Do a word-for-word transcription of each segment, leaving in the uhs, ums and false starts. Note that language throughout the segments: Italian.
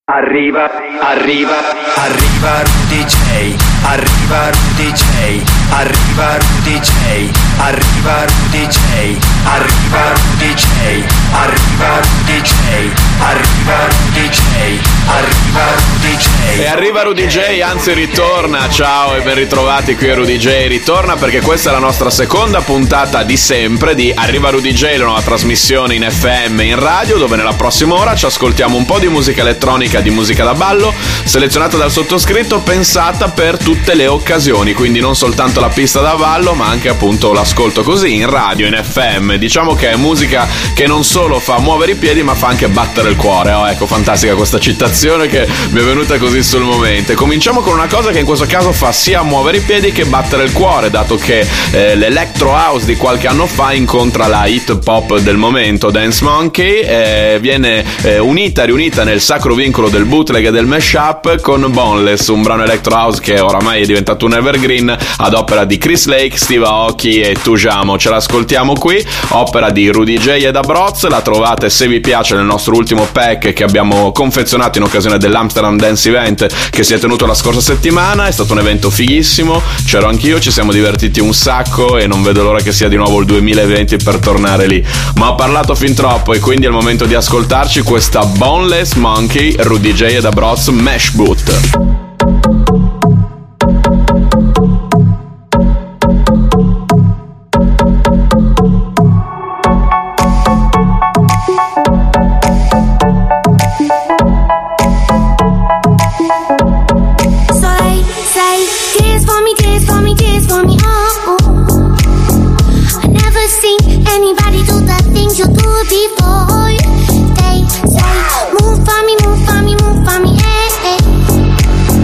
Arriva, arriva, arriva Rudy J, arriva Rudy J, arriva Rudy J, arriva Rudy J, arriva Rudy J, arriva Rudy J, arriva Rudy J, arriva Rudy J. E arriva Rudy J, anzi ritorna, ciao e ben ritrovati qui a Rudy J, ritorna perché questa è la nostra seconda puntata di sempre di Arriva Rudy J, la nuova trasmissione in F M in radio, dove nella prossima ora ci ascoltiamo un po' di musica elettronica, di musica da ballo selezionata dal sottoscritto, pensata per tutte le occasioni, quindi non soltanto la pista da ballo ma anche appunto l'ascolto così in radio, in F M. Diciamo che è musica che non solo fa muovere i piedi ma fa anche battere il cuore. Oh, ecco, fantastica questa citazione che mi è venuta così sul momento. E cominciamo con una cosa che in questo caso fa sia muovere i piedi che battere il cuore, dato che eh, l'electro house di qualche anno fa incontra la hit pop del momento, Dance Monkey, eh, viene eh, unita, riunita nel sacro vincolo del bootleg e del mashup con Boneless, un brano electro house che oramai è diventato un evergreen ad opera di Chris Lake, Steve Aoki e Tujamo. Ce l'ascoltiamo qui, opera di Rudy J ed Abroz. La trovate, se vi piace, nel nostro ultimo pack che abbiamo confezionato in occasione dell'Amsterdam Dance Event che si è tenuto la scorsa settimana. È stato un evento fighissimo, c'ero anch'io, ci siamo divertiti un sacco e non vedo l'ora che sia di nuovo il duemilaventi per tornare lì. Ma ho parlato fin troppo e quindi è il momento di ascoltarci questa Boneless Monkey, Rudy J ed Abroz, Mesh Boot. Before they say, move for me, move for me, move for me, eh, eh.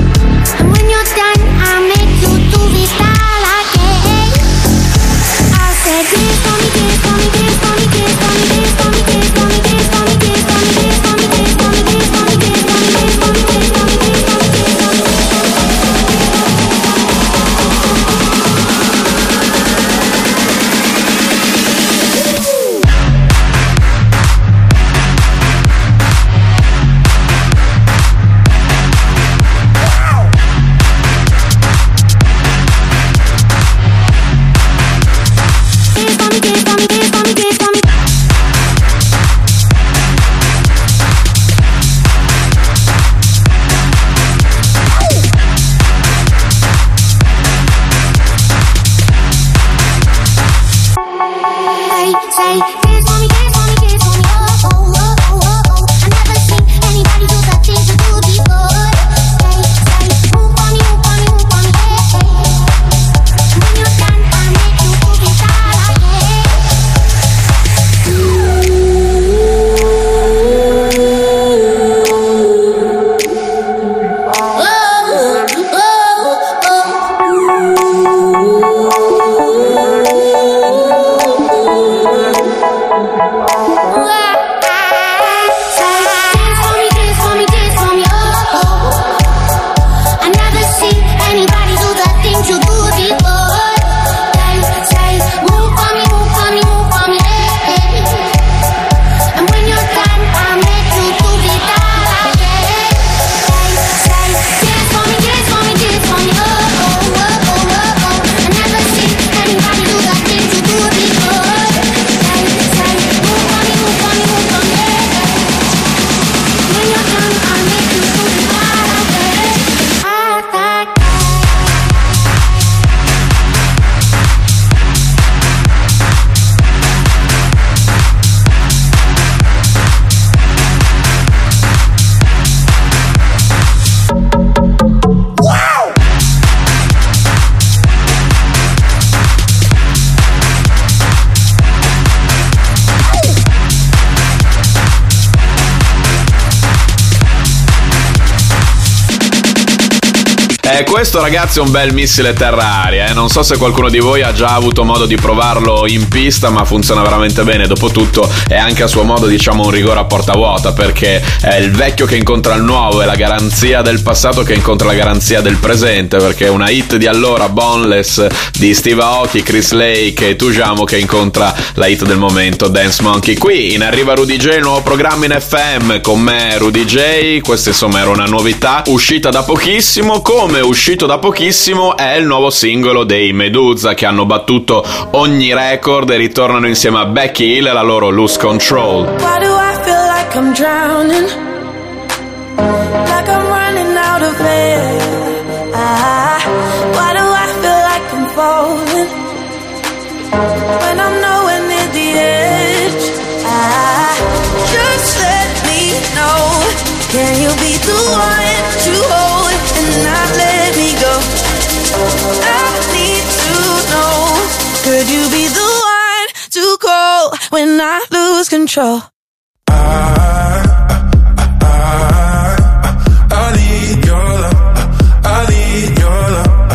Eh, questo ragazzi è un bel missile terra-aria, eh. Non so se qualcuno di voi ha già avuto modo di provarlo in pista, ma funziona veramente bene. Dopotutto è anche a suo modo, diciamo, un rigore a porta vuota, perché è il vecchio che incontra il nuovo, è la garanzia del passato che incontra la garanzia del presente, perché è una hit di allora, Boneless di Steve Aoki, Chris Lake e Tujamo, che incontra la hit del momento, Dance Monkey. Qui in Arriva Rudy J, il nuovo programma in F M con me Rudy J. Questa insomma era una novità uscita da pochissimo. Come uscito da pochissimo è il nuovo singolo dei Medusa, che hanno battuto ogni record e ritornano insieme a Becky Hill e la loro Lose Control. Why do I feel like I'm drowning? Like I'm running out of air. Ah, why do I feel like I'm falling when I'm nowhere near the edge? Ah, just let me know. Can you be the one to hold and not let me go? I need to know. Could you be the one to call when I lose control? I, I, I, I need your love. I need your love.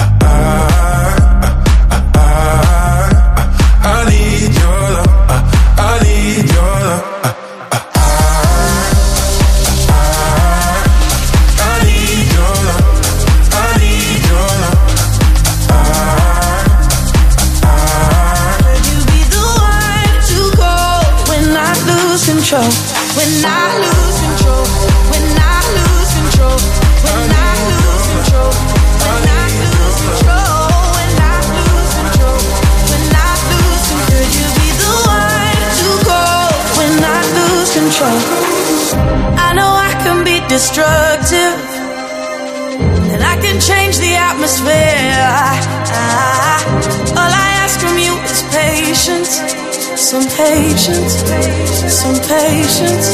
I, I, I need your love. I need your love. When I lose control, when I lose control, when I lose control, when I lose control, when I lose control, when I lose control, could you be the one to call when I lose control? I know I can be destructive, and I can change the atmosphere. I, I, all I ask from you is patience. Some patience, some patience.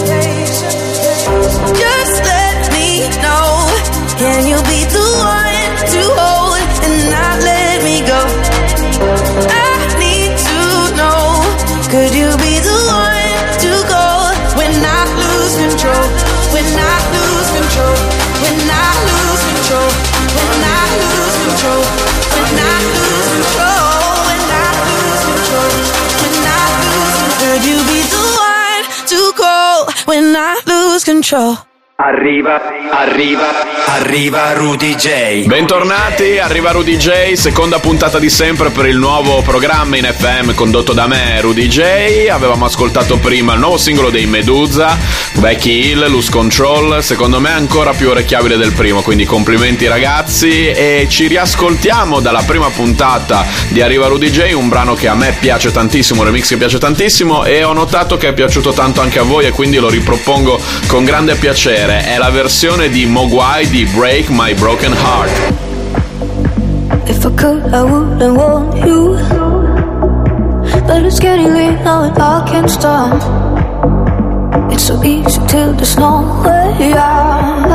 Just let me know. Can you be the one to hold and not let me go? I need to know. Could you be the one to go when I lose control? When I lose control? When I lose control? When I lose control? When I lose control? When I lose control? Could you be the one to call when I lose control? Arriva, arriva, arriva Rudy J. Bentornati, arriva Rudy J, seconda puntata di sempre per il nuovo programma in F M condotto da me, Rudy J. Avevamo ascoltato prima il nuovo singolo dei Medusa, Becky Hill, Lose Control, secondo me ancora più orecchiabile del primo, quindi complimenti ragazzi, e ci riascoltiamo dalla prima puntata di Arriva Rudy J, un brano che a me piace tantissimo, un remix che piace tantissimo e ho notato che è piaciuto tanto anche a voi e quindi lo ripropongo con grande piacere. È la versione di Mogwai di Break My Broken Heart. If I could, I wouldn't want you, but it's getting late now and I can't stop. It's so easy till there's no way out.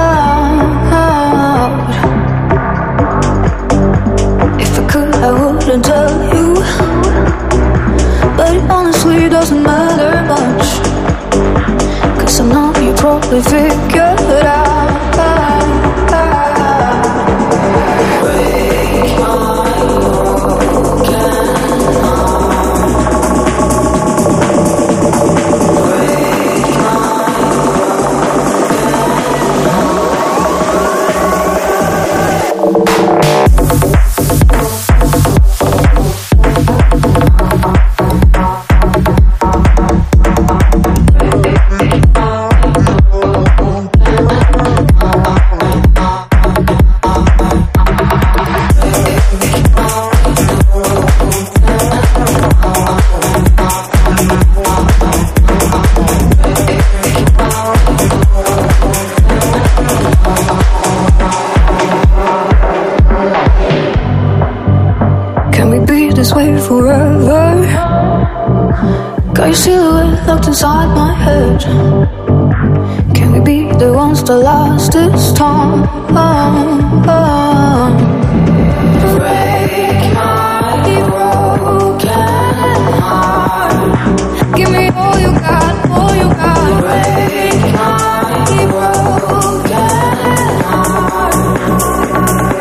If I could, I wouldn't tell you, but it honestly doesn't matter much. I know you probably figured it out. Break my broken heart. Break this way forever. Got your silhouette locked inside my head. Can we be the ones that last this time? Break my broken heart. Give me all you got, all you got. Break my broken heart.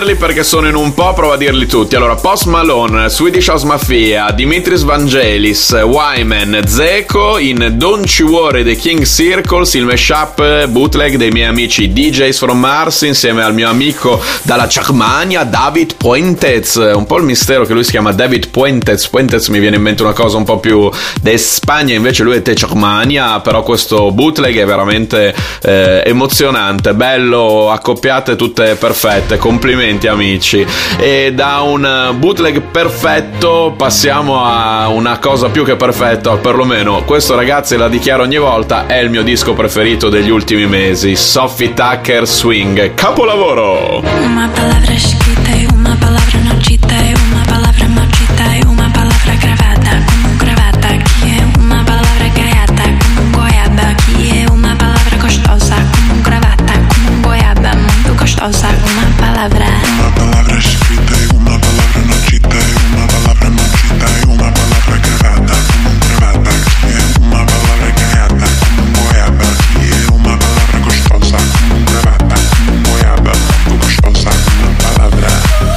dirli perché sono in un po', provo a dirli tutti. Allora, Post Malone, Swedish House Mafia, Dimitris Vangelis, Wyman, Zeko in Don't You Worry The King Circles, il mashup bootleg dei miei amici D Js from Mars insieme al mio amico dalla Germania David Puentes. Un po' il mistero che lui si chiama David Puentes. Puentes mi viene in mente una cosa un po' più de Spagna, invece lui è de Germania, però questo bootleg è veramente eh, emozionante, bello, accoppiate tutte perfette, complimenti amici. E da un bootleg perfetto passiamo a una cosa più che perfetta, o perlomeno questo, ragazzi, la dichiaro ogni volta, è il mio disco preferito degli ultimi mesi, Sophie Tucker Swing, capolavoro. Una palabra escrita y una palabra no chita y una palabra mochita y una palabra gravata como gravata, que é uma palavra gaiata como um goiaba, que é uma palavra gostosa como um gravata, como um goiaba muito gostosa, uma palavra. Una palabra escrita y una palabra no chita y una palabra mochita y una palabra gravata como un gravata, que é uma palavra gaiata como um goiaba, que é uma palavra gostosa como um gravata, como um goiaba muito gostosa, uma palavra.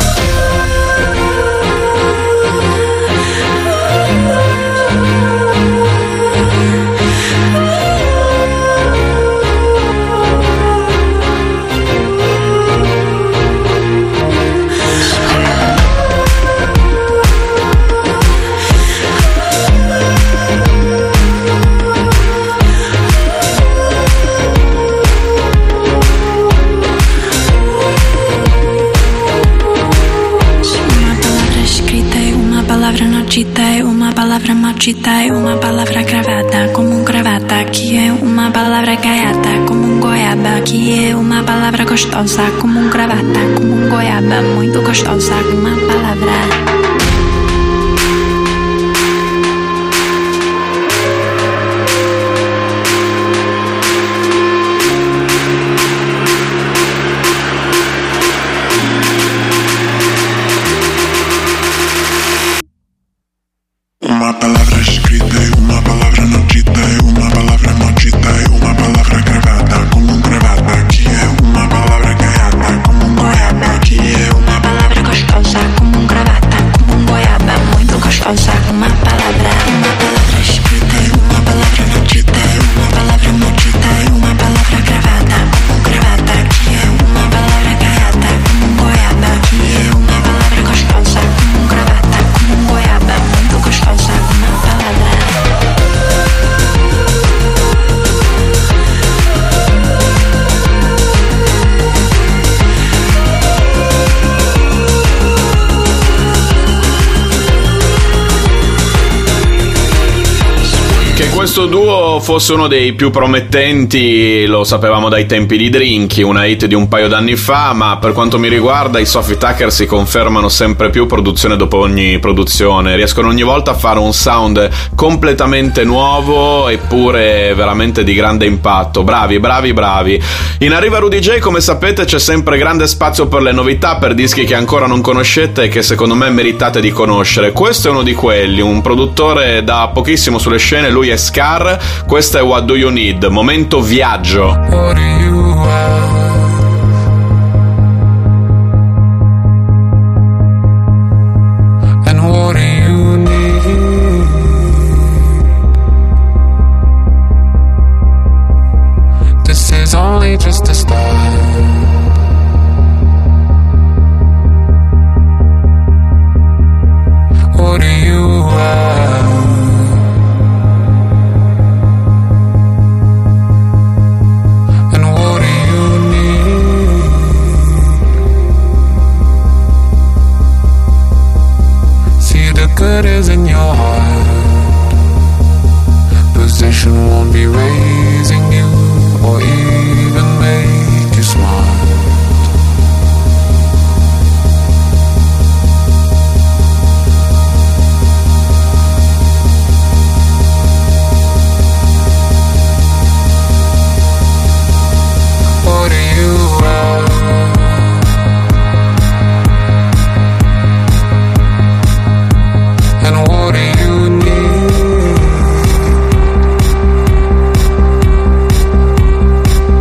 Chita é uma palavra machita e uma palavra gravata como um gravata, que é uma palavra gaiata como um goiaba, que é uma palavra gostosa como um gravata, como um goiaba muito gostosa, uma palavra. Uma palavra escrita e uma palavra no chita e uma palavra mochita e uma palavra gravata como um gravata, que é uma palavra gaiata como um goiaba, que é uma palavra Gostosa como um gravata, como um goiaba muito gostosa, uma palavra. Uma palavra escrita e uma palavra no chita e uma palavra mochita e uma palavra gravata como um gravata, que é uma palavra gaiata como um goiaba, que é uma palavra gostosa como um gravata, como um goiaba muito gostosa, uma palavra. Che questo duo fosse uno dei più promettenti lo sapevamo dai tempi di Drinky, una hit di un paio d'anni fa, ma per quanto mi riguarda i Sophie Tucker si confermano sempre più produzione dopo ogni produzione, riescono ogni volta a fare un sound completamente nuovo eppure veramente di grande impatto, bravi, bravi, bravi. In Arriva Rudy J, come sapete, c'è sempre grande spazio per le novità, per dischi che ancora non conoscete e che secondo me meritate di conoscere. Questo è uno di quelli, un produttore da pochissimo sulle scene, lui è Scar, questo è What Do You Need, momento viaggio. What do you want? And what do you need? This is only just a start. What do you want? Good is in your heart. Position won't be raising you or even make you smart. What do you want? And what do you need?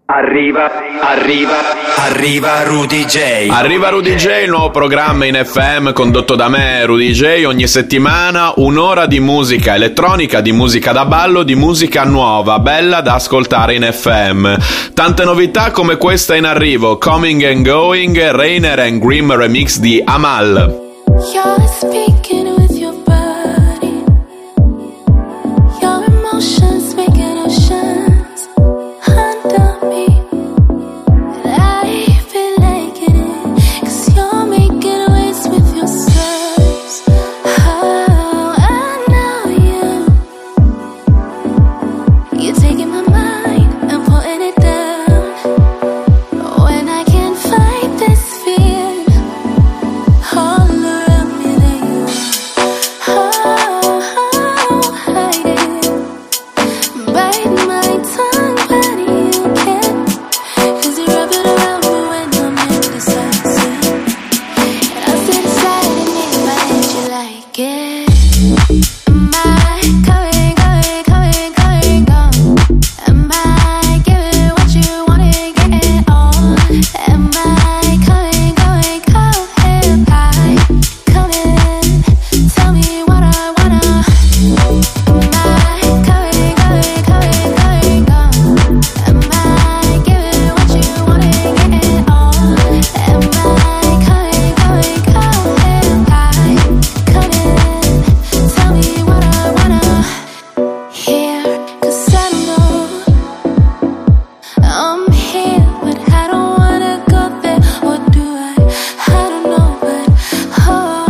Arriva, arriva, arriva Rudy J. Arriva Rudy J, il nuovo programma in F M condotto da me, Rudy J. Ogni settimana un'ora di musica elettronica, di musica da ballo, di musica nuova, bella da ascoltare in F M. Tante novità come questa in arrivo: Coming and Going, Rainer and Grimm remix di Amal. You're speaking with your body. Your emotions making oceans under me. And I've been liking it, 'cause you're making waves with your serves. Oh, I know you. You're taking my mind and putting it down. When I can't fight this fear all around me, there you are. Oh, hide it. Bite my tongue when you can, 'cause you wrap it around me when I'm indecisive. And I sit inside and in my head you like it. Am I going, going, going, going, gone? Am I giving what you wanna get on? Am I going, going, going, high? Come in, tell me what I wanna. Am I going, going, going, going, gone? Am I giving what you wanna get on? Am I going, going, going, high? Come in, tell me what I wanna hear, 'cause I know I'm here, but I don't wanna go there, or do I? I don't know, but oh,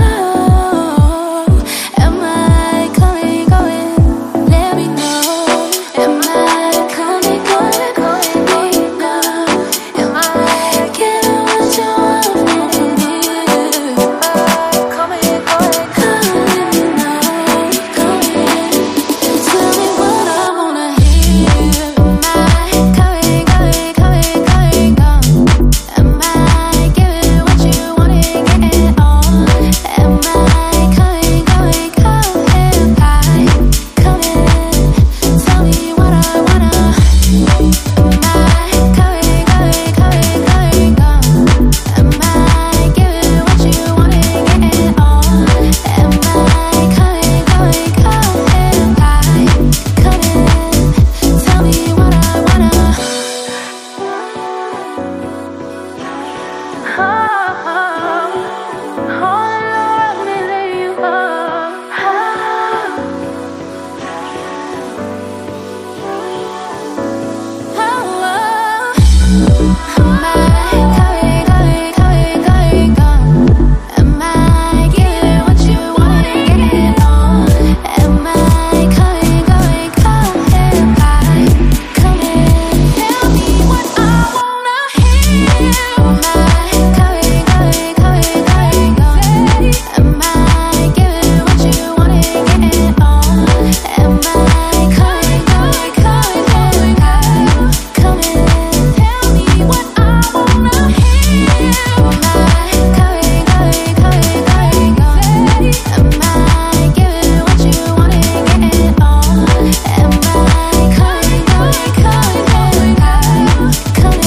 am I coming, going? Let me know. Am I coming, going, going? Let me know. Am I getting what you want from me? Am I coming, going, going? Let me know. Coming, tell me what I wanna hear. Am I coming, going, going, going, gone? Am I giving what you wanna get on? Am I coming, going, going, high? Come in, tell me what I wanna. Am I going, going, going, going, gone? Am I giving what you wanna get on? Am I coming, going, going, high? Come in, tell me what I wanna. All around me, there you are. Am I going, going, going, going, gone? Am I giving what you wanna get on? Am I going, going, going, high? Come in, tell me what I wanna hear. Am I going, going, going, going, gone? Am I giving what you wanna get on? Am I going, going, going, going, high? Come in, tell me what I wanna hear. Am I going, going, going, going, gone? Am I giving what you wanna get on? Am I going, going, going, going, high? Come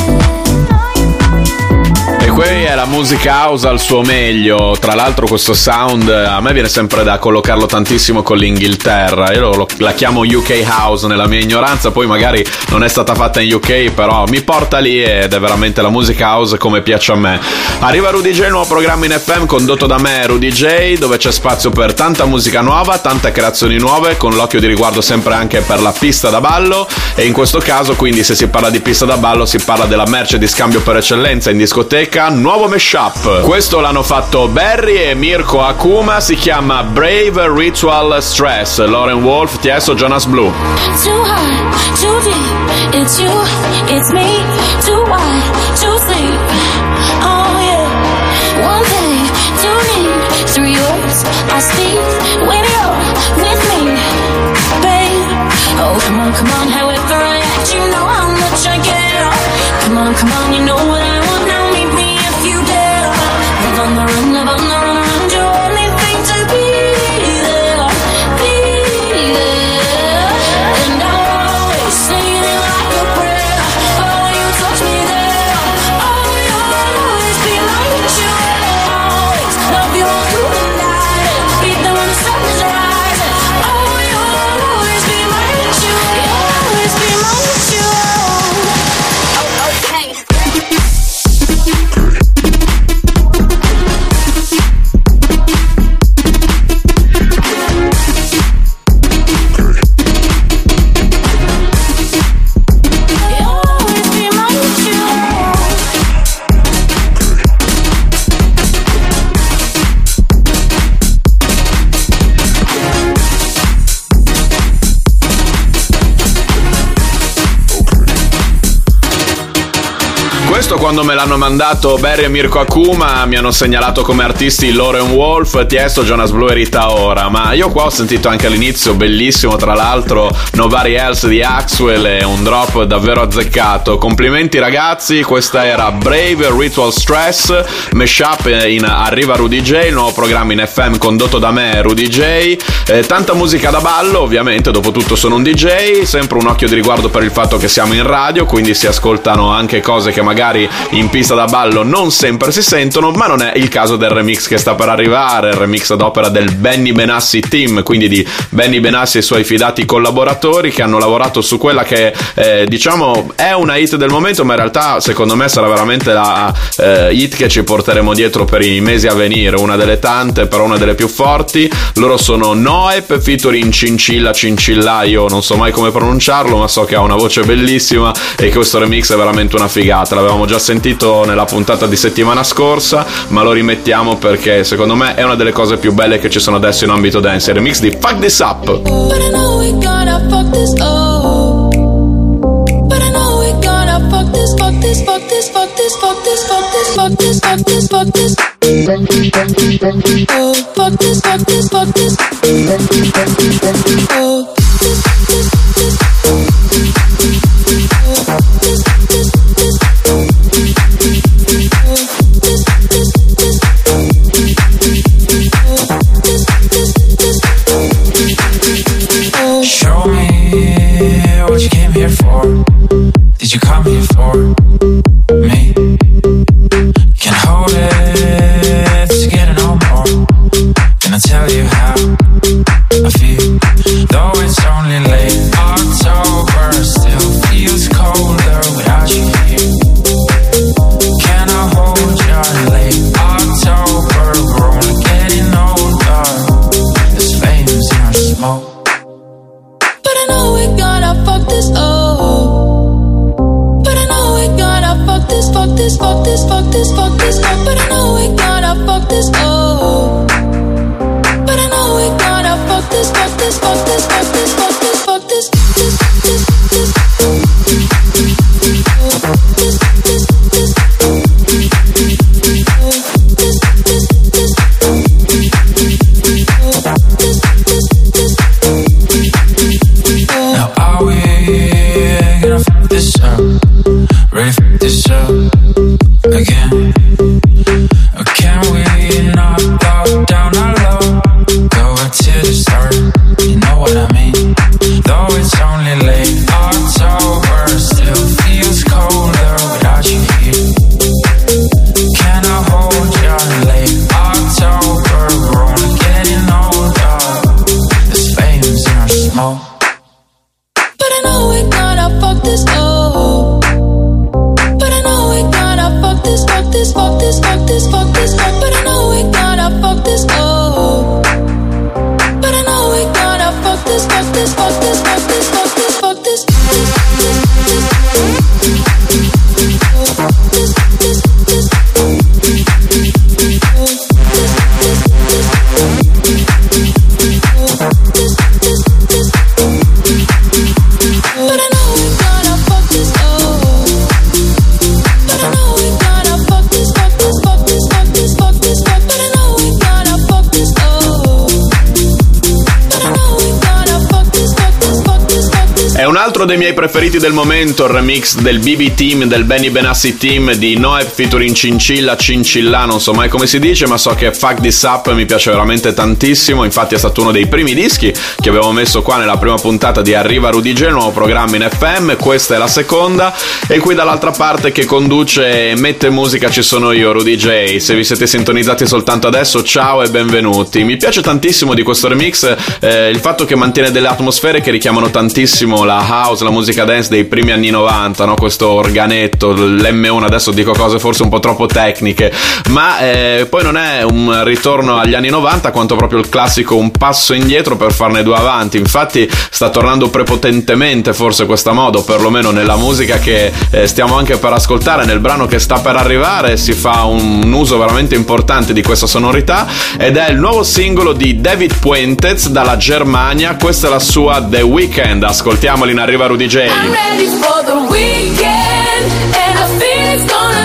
in. E qui è la musica house al suo meglio. Tra l'altro questo sound a me viene sempre da collocarlo tantissimo con l'Inghilterra. Io lo- la chiamo U K House nella mia ignoranza, poi magari non è stata fatta in U K, però mi porta lì ed è veramente la musica house come piace a me. Arriva Rudy J, il nuovo programma in F M condotto da me, Rudy J, dove c'è spazio per tanta musica nuova, tante creazioni nuove, con l'occhio di riguardo sempre anche per la pista da ballo. E in questo caso, quindi, se si parla di pista da ballo, si parla della merce di scambio per eccellenza in discoteca, nuovo mashup. Questo l'hanno fatto Barry e Mirko Akuma, si chiama Brave Ritual Stress. Lauren Wolf, Tiesto, Jonas Blue. Too high, too deep, it's you, it's me, too wide, too sleep. Oh yeah, one thing, two need, three words I speak when you're with me, babe. Oh come on, come on, however I act, you know how much I care. Come on, come on, you know what I want, now meet me if you dare. Live on the run, live on the run, run, your only thing to be there, be there. And I'll always say it like a prayer. Oh, you Questo quando me l'hanno mandato Barry e Mirko Akuma mi hanno segnalato come artisti Lauren Wolf, Tiesto, Jonas Blue e Rita Ora, ma io qua ho sentito anche all'inizio, bellissimo tra l'altro, Nobody Else di Axwell, e un drop davvero azzeccato. Complimenti ragazzi, questa era Brave Ritual Stress, mashup in Arriva Rudy J, il nuovo programma in F M condotto da me, Rudy J. Eh, tanta musica da ballo, ovviamente, dopo tutto sono un D J, sempre un occhio di riguardo per il fatto che siamo in radio, quindi si ascoltano anche cose che magari in pista da ballo non sempre si sentono, ma non è il caso del remix che sta per arrivare, il remix ad opera del Benny Benassi Team, quindi di Benny Benassi e i suoi fidati collaboratori che hanno lavorato su quella che eh, diciamo è una hit del momento, ma in realtà secondo me sarà veramente la eh, hit che ci porteremo dietro per i mesi a venire, una delle tante, però una delle più forti. Loro sono Noep featuring Cincilla Cincilla, io non so mai come pronunciarlo, ma so che ha una voce bellissima e che questo remix è veramente una figata. L'avevamo già sentito nella puntata di settimana scorsa, ma lo rimettiamo perché secondo me è una delle cose più belle che ci sono adesso in ambito dance, il remix di Fuck This Up. But I know we gotta fuck this up. But I know we gotta fuck this, fuck this, fuck this, fuck this, fuck this, fuck this, fuck this, fuck this, fuck this. Oh, fuck this, fuck this, fuck this. Oh. Show me what you came here for. Did you come here for me? Can't hold it together no more. Can I tell you how I feel? Though it's only late October, still feels colder without you here. Can I hold you late October? We're only getting older. There's flames in our smoke. But I know we gotta fuck this up. But I know we gotta fuck this, fuck this, fuck this, fuck this, fuck this up. But I know we gotta fuck this up. But I know we gotta fuck this, fuck this, fuck this, fuck this, fuck this, fuck this, this, this, this. Now are we gonna fuck this up? Ready to fuck this up again? Or can we not go down our low? Go back to the start, you know what I mean? Though it's only late October, still feels colder without you here. Can I hold you late October? We're only getting older. There's flames in our smoke. But I know we gotta fuck this up. But I know we gotta fuck this, fuck this, fuck this, fuck this, fuck this, fuck. But I know we gotta fuck this up. But I know we gotta fuck this, fuck this, fuck this, fuck this, fuck this, fuck this. But I know we gotta fuck this up. But I know we gotta fuck this, fuck this, fuck this, fuck this, fuck this, fuck. But I know we gotta fuck this up. But I know we gotta fuck this, fuck this, fuck this, fuck this. È un altro dei miei preferiti del momento, il remix del B B Team, del Benny Benassi Team di Noep featuring Cincilla Cincilla, non so mai come si dice, ma so che Fuck This Up mi piace veramente tantissimo, infatti è stato uno dei primi dischi che avevo messo qua nella prima puntata di Arriva Rudy J, il nuovo programma in F M, questa è la seconda, e qui dall'altra parte che conduce e mette musica ci sono io, Rudy J. Se vi siete sintonizzati soltanto adesso, ciao e benvenuti. Mi piace tantissimo di questo remix eh, il fatto che mantiene delle atmosfere che richiamano tantissimo la house, la musica dance dei primi anni novanta, no? Questo organetto, l'emme uno, adesso dico cose forse un po' troppo tecniche, ma eh, poi non è un ritorno agli anni novanta quanto proprio il classico un passo indietro per farne due avanti. Infatti sta tornando prepotentemente forse questa moda, o perlomeno nella musica che eh, stiamo anche per ascoltare, nel brano che sta per arrivare si fa un uso veramente importante di questa sonorità ed è il nuovo singolo di David Puentes dalla Germania, questa è la sua The Weeknd, ascoltiamoli in Arriva Rudy J. I'm ready for the weekend, and I feel it's gonna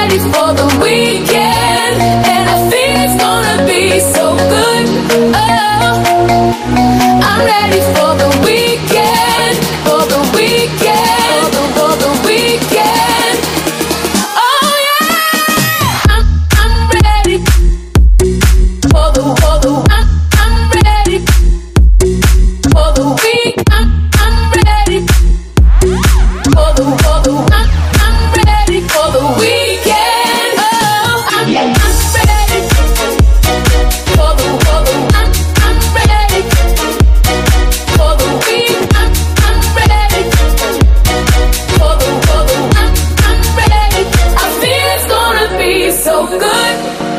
ready for the weekend, and I think it's gonna be so good. Oh, I'm ready for the weekend, for the weekend, for the, for the weekend. Oh yeah, I'm, I'm ready for the, for the, I'm, I'm ready for the week. I'm, I'm ready for the, for the, I'm, I'm ready for the weekend. Oh, I'm, I'm ready for the, for the, I'm, I'm ready for the week. I'm, I'm ready for the, for the, I'm, I'm ready. I feel it's gonna be so good.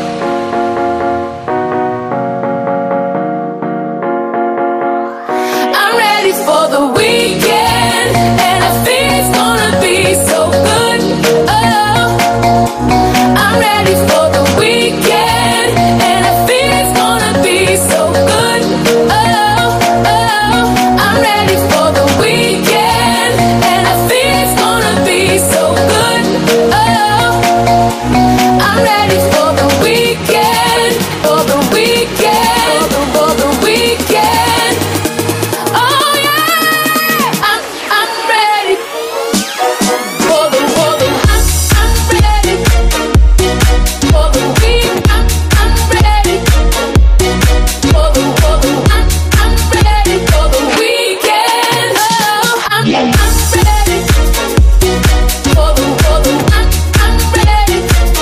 I'm ready for the weekend, and I think it's gonna be so good. Oh, I'm ready for the weekend, and I think it's gonna be so good. Oh, oh, I'm ready for the weekend, and I think it's gonna be so good. Oh, I'm ready for the weekend, for the weekend, for the, for the weekend. Oh yeah, I'm I'm ready for the for the I'm I'm ready for the week. I'm I'm ready for the for the I'm I'm ready for the weekend. Oh, I'm I'm ready for the for the I'm I'm ready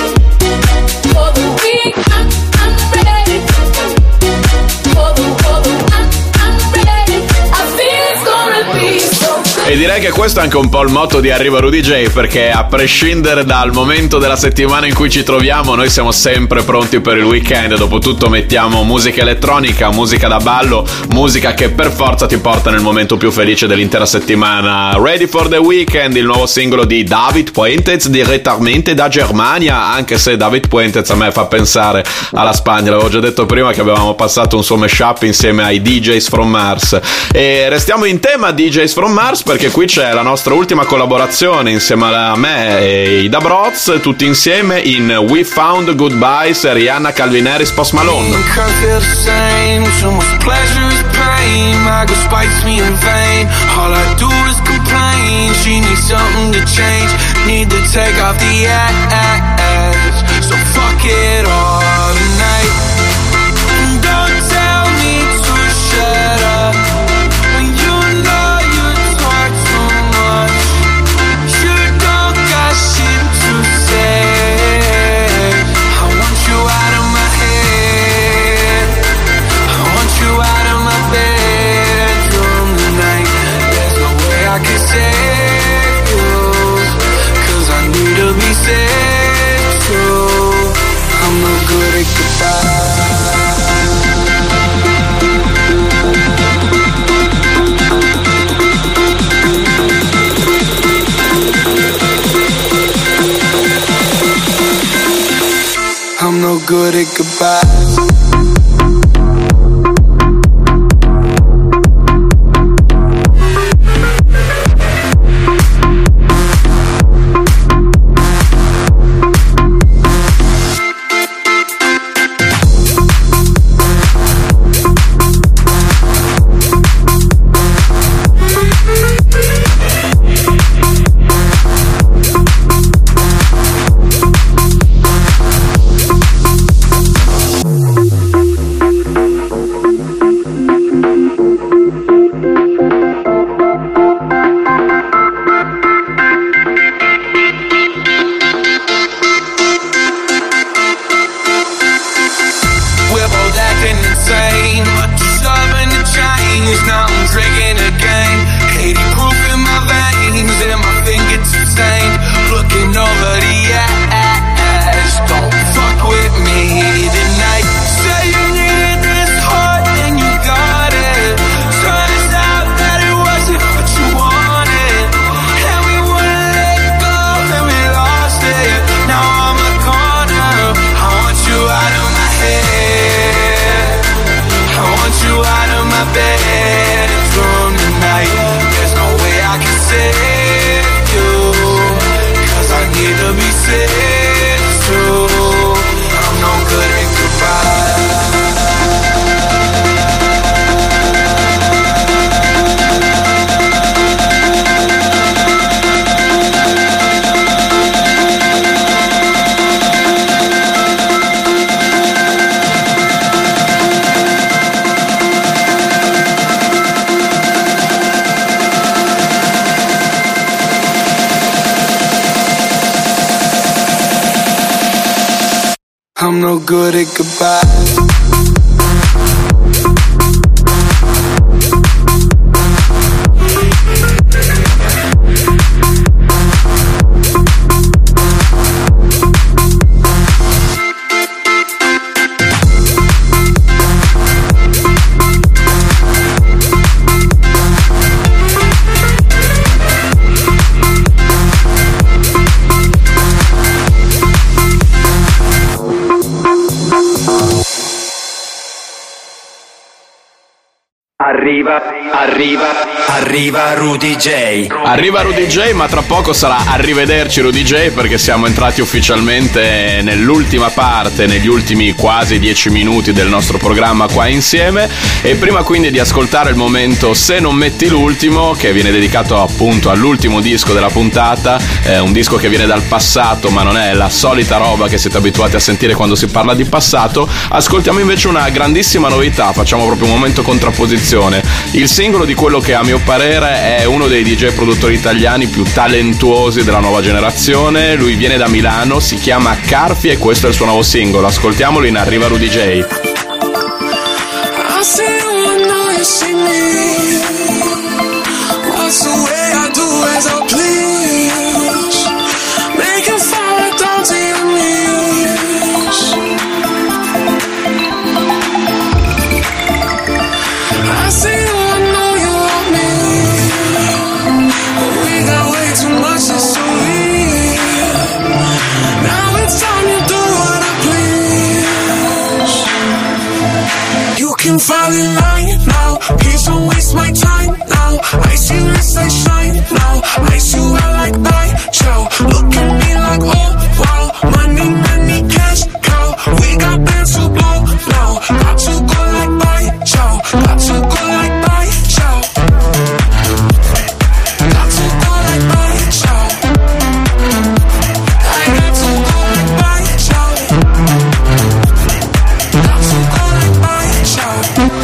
for the week. I'm I'm ready for the for the I'm I'm ready. I feel it's gonna be so good. E direi che questo è anche un po' il motto di Arriva Rudy J, perché a prescindere dal momento della settimana in cui ci troviamo, noi siamo sempre pronti per il weekend. Dopotutto mettiamo musica elettronica, musica da ballo, musica che per forza ti porta nel momento più felice dell'intera settimana. Ready for the Weekend, il nuovo singolo di David Puentes, direttamente da Germania, anche se David Puentes a me fa pensare alla Spagna. L'avevo già detto prima che avevamo passato un suo mashup insieme ai D Js from Mars. E restiamo in tema D Js from Mars, perché qui c'è la nostra ultima collaborazione insieme a me e i Da Broz, tutti insieme in We Found Goodbyes, Rihanna, Calvin Harris, Post Malone. Can't feel the same. Too much pleasure is pain. My girl spites me in vain. All I do is complain. She needs something to change. Need to take off the ass. So fuck it all tonight. And don't tell me to shut up when you know you talk too much. You don't got shit to say. I want you out of my head. I want you out of my bedroom tonight. There's no way I can save you, 'cause I need to be saved too. I'm no good at goodbye. I'm no good at goodbyes. I'm no good at goodbye. Arriva, arriva, arriva Rudy J. Arriva Rudy J, ma tra poco sarà arrivederci Rudy J, perché siamo entrati ufficialmente nell'ultima parte, negli ultimi quasi dieci minuti del nostro programma qua insieme. E prima quindi di ascoltare il momento Se non metti l'ultimo, che viene dedicato appunto all'ultimo disco della puntata, eh, un disco che viene dal passato, ma non è la solita roba che siete abituati a sentire quando si parla di passato, ascoltiamo invece una grandissima novità. Facciamo proprio un momento contrapposizione. Il singolo di quello che a mio parere è uno dei D J produttori italiani più talentuosi della nuova generazione. Lui viene da Milano, si chiama Carfi e questo è il suo nuovo singolo. Ascoltiamolo in Arriva Rudy J. Can fall in line now, please don't waste my time now. I see this, I shine now. I see you, I like buy, chow. Look at me like, oh, wow. Money, money, cash, cow. We got bands to blow now. Got to go like buy, chow. Got to go like buy, chow. Got to go like buy, chow. I got to go like buy, chow. Got to go like buy, chow.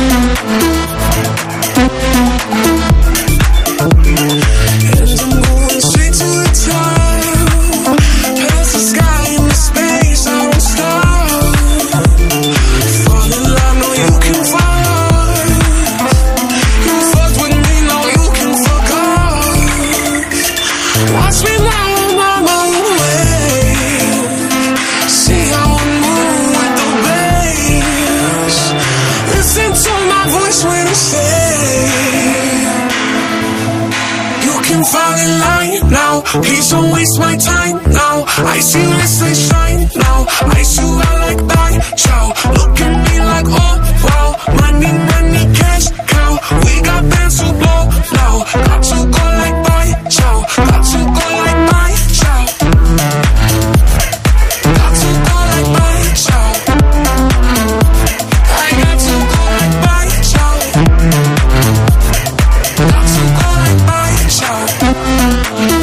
And I'm going straight to the top, past the sky into space, I won't stop. Fall in love, no you can fall. You fucked with me, no you can fuck off. Watch me now, I'm on my way. See how I move with the bass. Listen to my voice when I say you can fall in line now. Please don't waste my time now. I see this, I shine now. I see you, I like buy, chow. Look at me like, oh, wow. Money, money, cash, cow. We got bands to blow now. Got to go like buy, chow. Got to go like buy, chow. Got to go like buy, chow. I got to go like buy, chow. Got to go like buy, chow.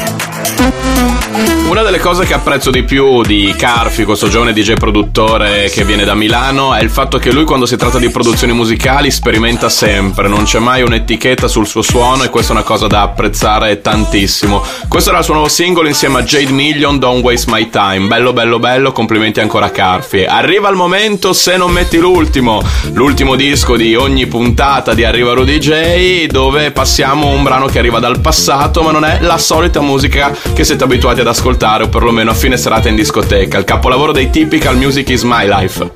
Una delle cose che apprezzo di più di Carfi, questo giovane D J produttore che viene da Milano, è il fatto che lui, quando si tratta di produzioni musicali, sperimenta sempre, non c'è mai un'etichetta sul suo suono, e questa è una cosa da apprezzare tantissimo. Questo era il suo nuovo singolo insieme a Jade Million, Don't Waste My Time. Bello bello bello, complimenti ancora a Carfi. Arriva il momento Se non metti l'ultimo, l'ultimo disco di ogni puntata di Arriva Rudy J, dove passiamo un brano che arriva dal passato, ma non è la solita musica che siete abituati ad ascoltare, o perlomeno a fine serata in discoteca. Il capolavoro dei Typical, Music Is My Life.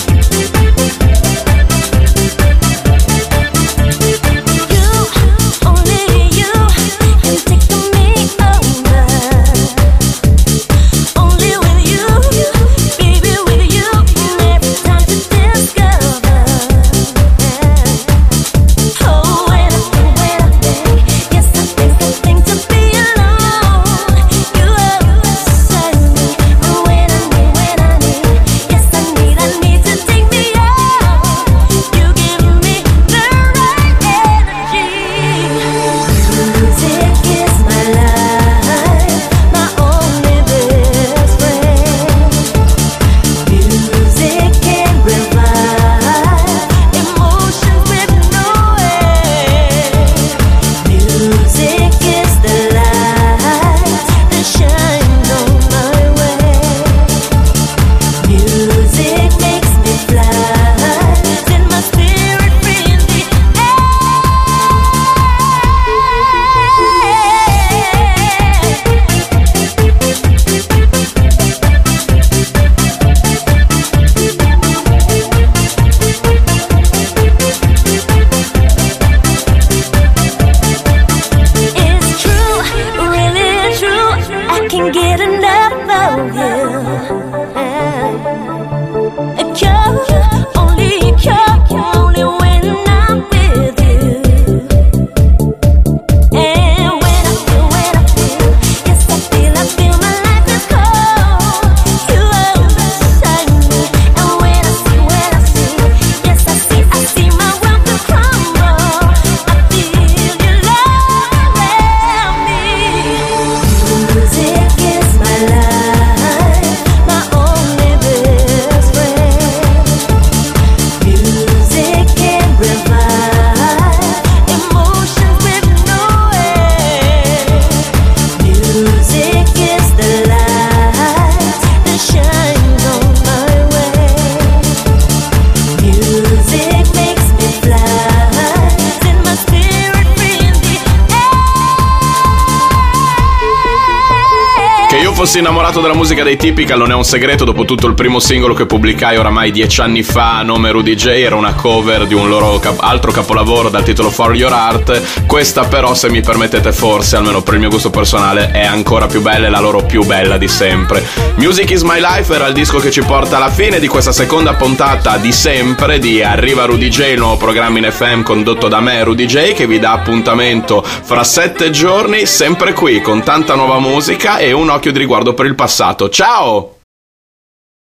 You fossi innamorato della musica dei Typical non è un segreto, dopo tutto il primo singolo che pubblicai oramai dieci anni fa a nome Rudy J era una cover di un loro cap- altro capolavoro dal titolo For Your Heart. Questa però, se mi permettete, forse, almeno per il mio gusto personale, è ancora più bella, è la loro più bella di sempre. Music is My Life era il disco che ci porta alla fine di questa seconda puntata di sempre di Arriva Rudy J, il nuovo programma in F M condotto da me, Rudy J, che vi dà appuntamento fra sette giorni, sempre qui, con tanta nuova musica e un occhio di riguardo per il passato. Ciao!